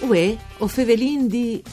Uè, o Fevelin di...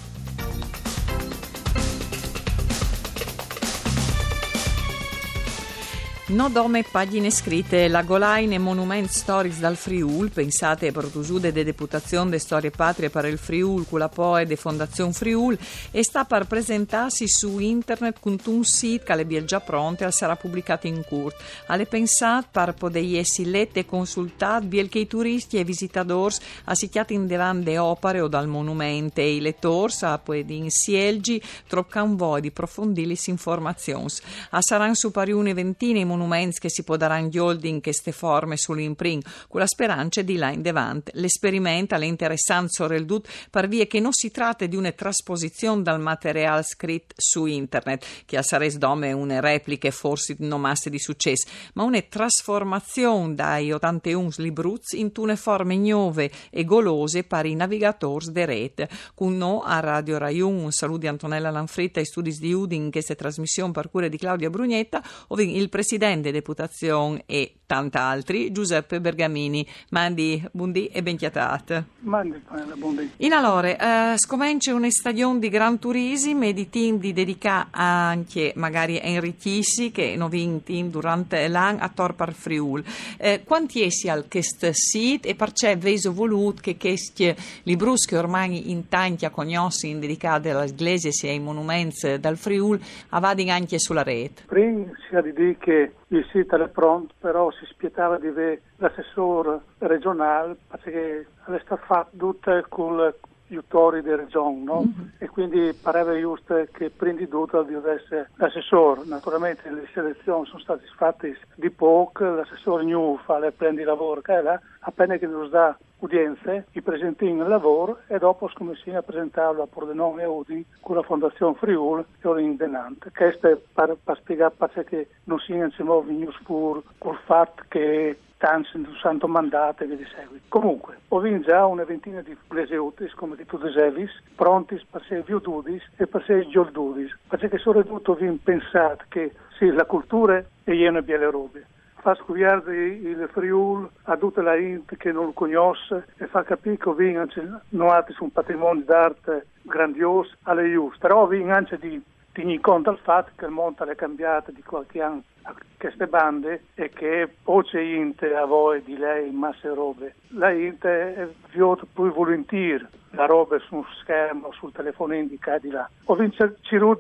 No dome pagine scritte, la Golaine Monument Stories dal Friul, pensate e produsude de Deputazione de Storie Patrie per il Friul, con la POE de Fondazione Friul, e sta per presentarsi su internet con un sito che è già pronto e sarà pubblicato in curso. Alle pensate per poter essere lette e consultate, biel che i turisti e i visitatori assicchiati in devande opere o dal monumento e i lettori a poi di insielgi troccano voi di profondire informazioni. A saranno superiori una ventina i monumenti che si può dare in in queste forme sull'imprint, con la speranza di là in devant. L'esperimento è interessante sobre il dut per via che non si tratta di una trasposizione dal materiale scritto su internet, che a sares dome una replica forse non masse di successo, ma una trasformazione dai 81 libruzzi in una forme nuove e golose per i navigatori de rete. Con no a Radio Rai 1, un saluto di Antonella Lanfritta e studi di Udin in questa trasmissione per cura di Claudia Brugnetta, il presidente Deputazione e tant'altri, Giuseppe Bergamini. Mandi, buondì e ben chiatate. Mandi, buondì. In allora, scomincia una stagione di gran turismo e di team di dedicare anche magari a Enrichisi, che non vinti durante l'anno a Torpar Friul. Quanti essi al questo sito e perché veso voluto che questi librus che ormai in tanti a cognossi in dedicati all'Iglesia e ai monumenti dal Friul, avvadin anche sulla rete? Prima si ha di dire che il sito è pronto, però si spietava di avere l'assessore regionale perché aveva stato fatto tutto con gli autori della regione, no? Mm-hmm. E quindi pareva giusto che prima di tutto dovesse l'assessore. Naturalmente le selezioni sono state fatte di poco, l'assessore new fa le prendi lavoro che è là, appena che nos dà udienze, i presenti in lavoro e dopo scommessi a presentarlo a Pordenone e Udin con la Fondazione Friul e ora in denante. Questo è per spiegare perché non si insieme news pur col fatto che tanti un santo mandato e via di seguito. Comunque, ho vinto già una ventina di pleseutis, come di tutti i pronti per essere viududis e per essere giordudis, perché soprattutto vi pensate che sì, la cultura è una belle robe. Fa scoviare il Friul a tutta la gente che non lo conosce e fa capire che vince non ha un patrimonio d'arte grandioso alle giuste, però vince anche di tenere conto del fatto che il mondo è cambiato di qualche anno a queste bande e che poche gente a voi di lei masse robe. La gente è più volentieri la roba su schermo, sul telefono indicato di là. Ho vinto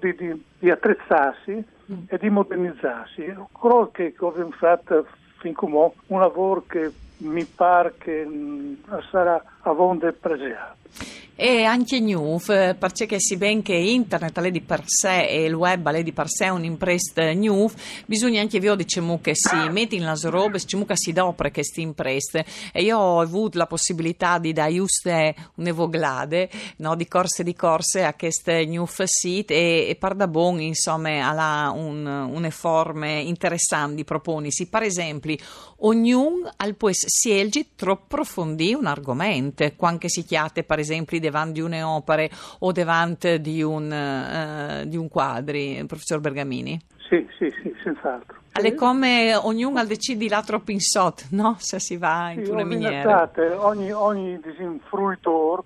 di attrezzarsi e di modernizzarsi. Credo che abbiamo fatto fin come un lavoro che mi pare che sarà a vonde pregiato. E anche new, perché si ben che internet è di per sé e il web è di per sé un'impresa new, bisogna anche diciamo che si mette in las robe, diciamo che si dopre queste imprese. E io ho avuto la possibilità di dare giuste un'evoglade, no, di corse a queste new site e par da bon, insomma, ha une forme interessanti proponisi. Per esempio, ognuno al può sielgi troppo profondi un argomento, quando si chiate, per esempio, davanti di une opere o davanti di un quadri, professor Bergamini? Sì, senz'altro. Alle come ognuno decide là troppo in sotto, no? Se si va in una miniera. Ogni disinfruitore,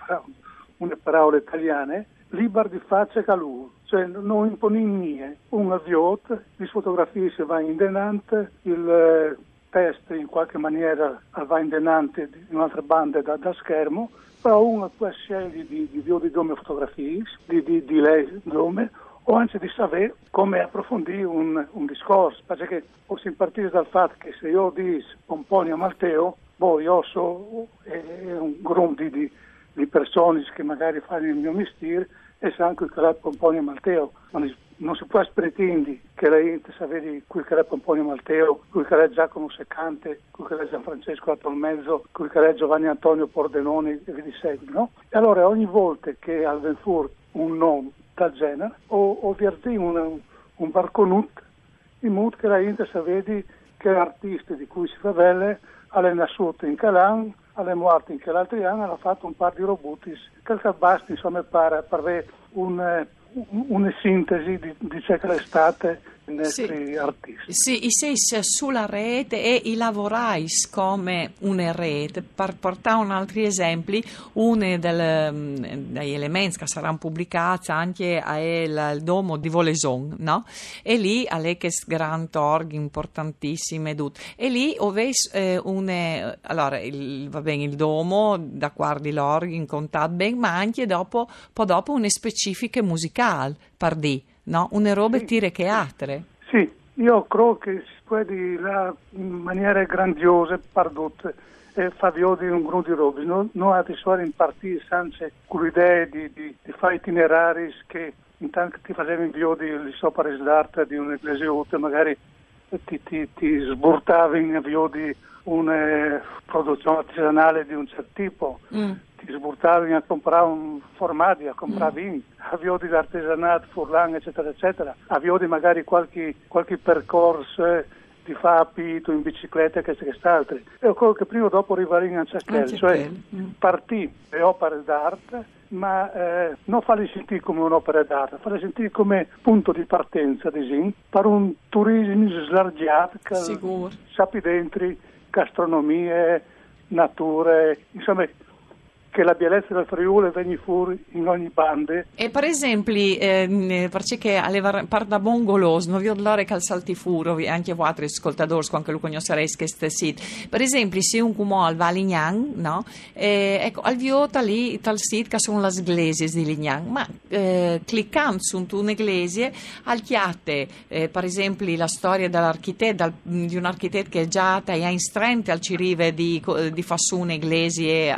una parola italiana, libero di faccia che lui, cioè non impone niente. Un aviot, le fotografie si va in denante, il testo in qualche maniera va in denante in un'altra banda da schermo, però uno può scegliere di dome fotografie, di lei dome, o anche di sapere come approfondire un discorso, perché si partire dal fatto che se io dico Pomponio Malteo, poi io so un gruppo di persone che magari fanno il mio mestiere e sanno che è Pomponio Malteo, ma non si può pretendere che la gente sapere quel che è Pomponio Malteo, quel che è Giacomo Seccante, quel che è Gianfrancesco Atolmezzo, quel che è Giovanni Antonio Pordenone e via di seguito, no? E allora ogni volta che al Venfur un nome del genere o verdi un barconut in modo che la gente sapere che l'artista di cui si fa belle è nascuto in Calan, è morto in quell'altro anno, ha fatto un par di robutis, che basta insomma per avere una sintesi di ciò che è stata i nostri artisti. Sì, sei sulla rete e i lavorai come una rete. Per portare un altri esempi, uno degli elementi che saranno pubblicati anche al Domo di Voleson, no? E lì alle che gran orghi importantissime e lì allora va bene il Domo da guardi l'orghi in contatto ben, ma anche dopo une specifiche musicali pardì, no? Une robe sì. tire che altre. Sì, io credo che si può dire in maniera grandiosa pardut Fabio di un gruppo di robe, non ha di suore in partire senza con l'idea di fare itinerari che intanto ti facevi invio di sopra d'arte di un'ecclesia magari ti sburtavi in avvio di una produzione artigianale di un certo tipo, ti sburtavi a comprare un formaggio, a comprare vino, avvio di artigianato, furlan, eccetera, eccetera, avvio di magari qualche percorso di fare a pito in bicicletta che quest'altro. E quello che prima o dopo arrivare in Ancestello, cioè partì le opere d'arte, ma non farle sentire come un'opera d'arte, farle sentire come punto di partenza per un turismo slargiato che sappi dentro gastronomie, nature, insomma che la bellezza del Friuli viene fuori in ogni bande. E per esempio, perché alle parda bongolos, non vi odlore che al saltifuro, anche voi altri ascoltatori, anche lo conoscerete questo sito. Per esempio, se un comò al Valignan, no? Ecco, al viota lì, tal sito che sono le iglesie di Lignan, ma cliccando su un'iglesia, al chiate, per esempio, la storia dell'architetto, di un architetto che è già in strente al cirive di fassù un'iglesia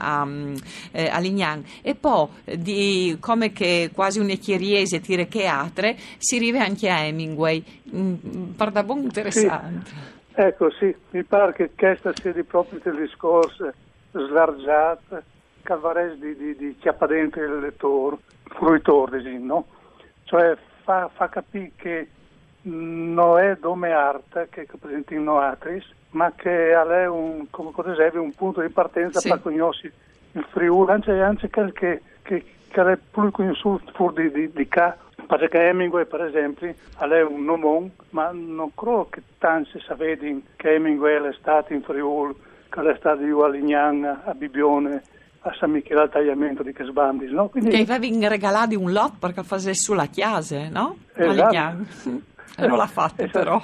a Lignan, e poi come che quasi un'ecchieriese tire che altre si arriva anche a Hemingway, parla buon interessante. Sì. Ecco, sì, mi pare che questa sia proprio il discorso slargiato calvarese di chiappa dentro il lettore, fruitore, no? Cioè fa capire che non è dome arte che presenti in Noatris, ma che è come esempio un punto di partenza per conoscere il Friuli, anche che è più conosciuto di qua, perché Hemingway per esempio è un nome, ma non credo che tanti sapete che Hemingway è stato in Friuli, che è stato a Lignan, a Bibione, a San Michele al Tagliamento di Casbandis, no? Quindi, che avevi regalato un lot perché facesse sulla chiesa, no? Esatto. A Lignan. E non l'ha fatto, esatto. però.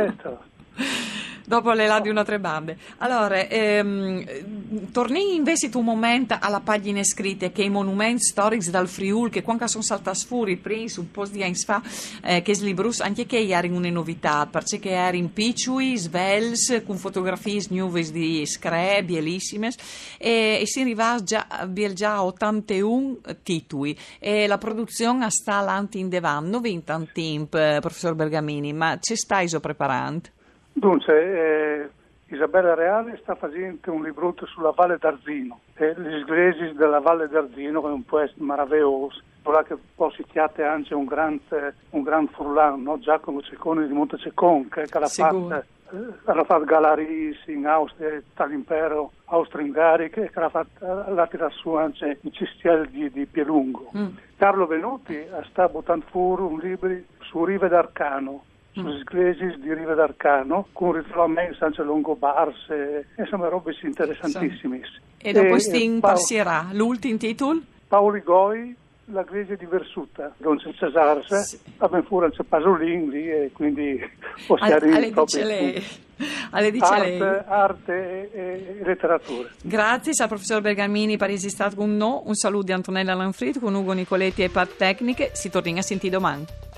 Dopo le là di una tre bande. Allora, torni invece un momento alla pagina scritte che i monumenti storici dal Friuli, che quando sono saltati fuori prima sul post di anni fa, che slibrus anche che erano una novità, perché erano in picciui, svels, con fotografie nuove di scre, bellissime, e si arriva già a 81 titoli, e la produzione sta avanti in devan, non in tanto tempo, professor Bergamini, ma ci stai preparando? Dunque, Isabella Reale sta facendo un librotto sulla Valle d'Arzino, le iglesie della Valle d'Arzino, è un posto meraviglioso, là che poi si chiate anche un gran furlan, no? Giacomo Cecconi di Montececon, che l'ha fatto Galaris in Austria, dall'impero austro-ungarico, che l'ha tirato su anche i cistielli di Pielungo. Carlo Venuti sta buttando fuori un libro su Rive d'Arcano, sulle iglesie di Rive d'Arcano, con ritrovamenti anche longobarse, insomma robe interessantissime. E dopo si impasserà l'ultimo titolo? Paoli Goi, la iglesia di Versuta, Don Cesarse, abbiamo fuori anche Pasolin lì, e quindi possiamo arte e letteratura. Grazie al professor Bergamini per essere stato con noi. Un saluto di Antonella Lanfrid, con Ugo Nicoletti e Pat Tecniche. Si torna a sentire domani.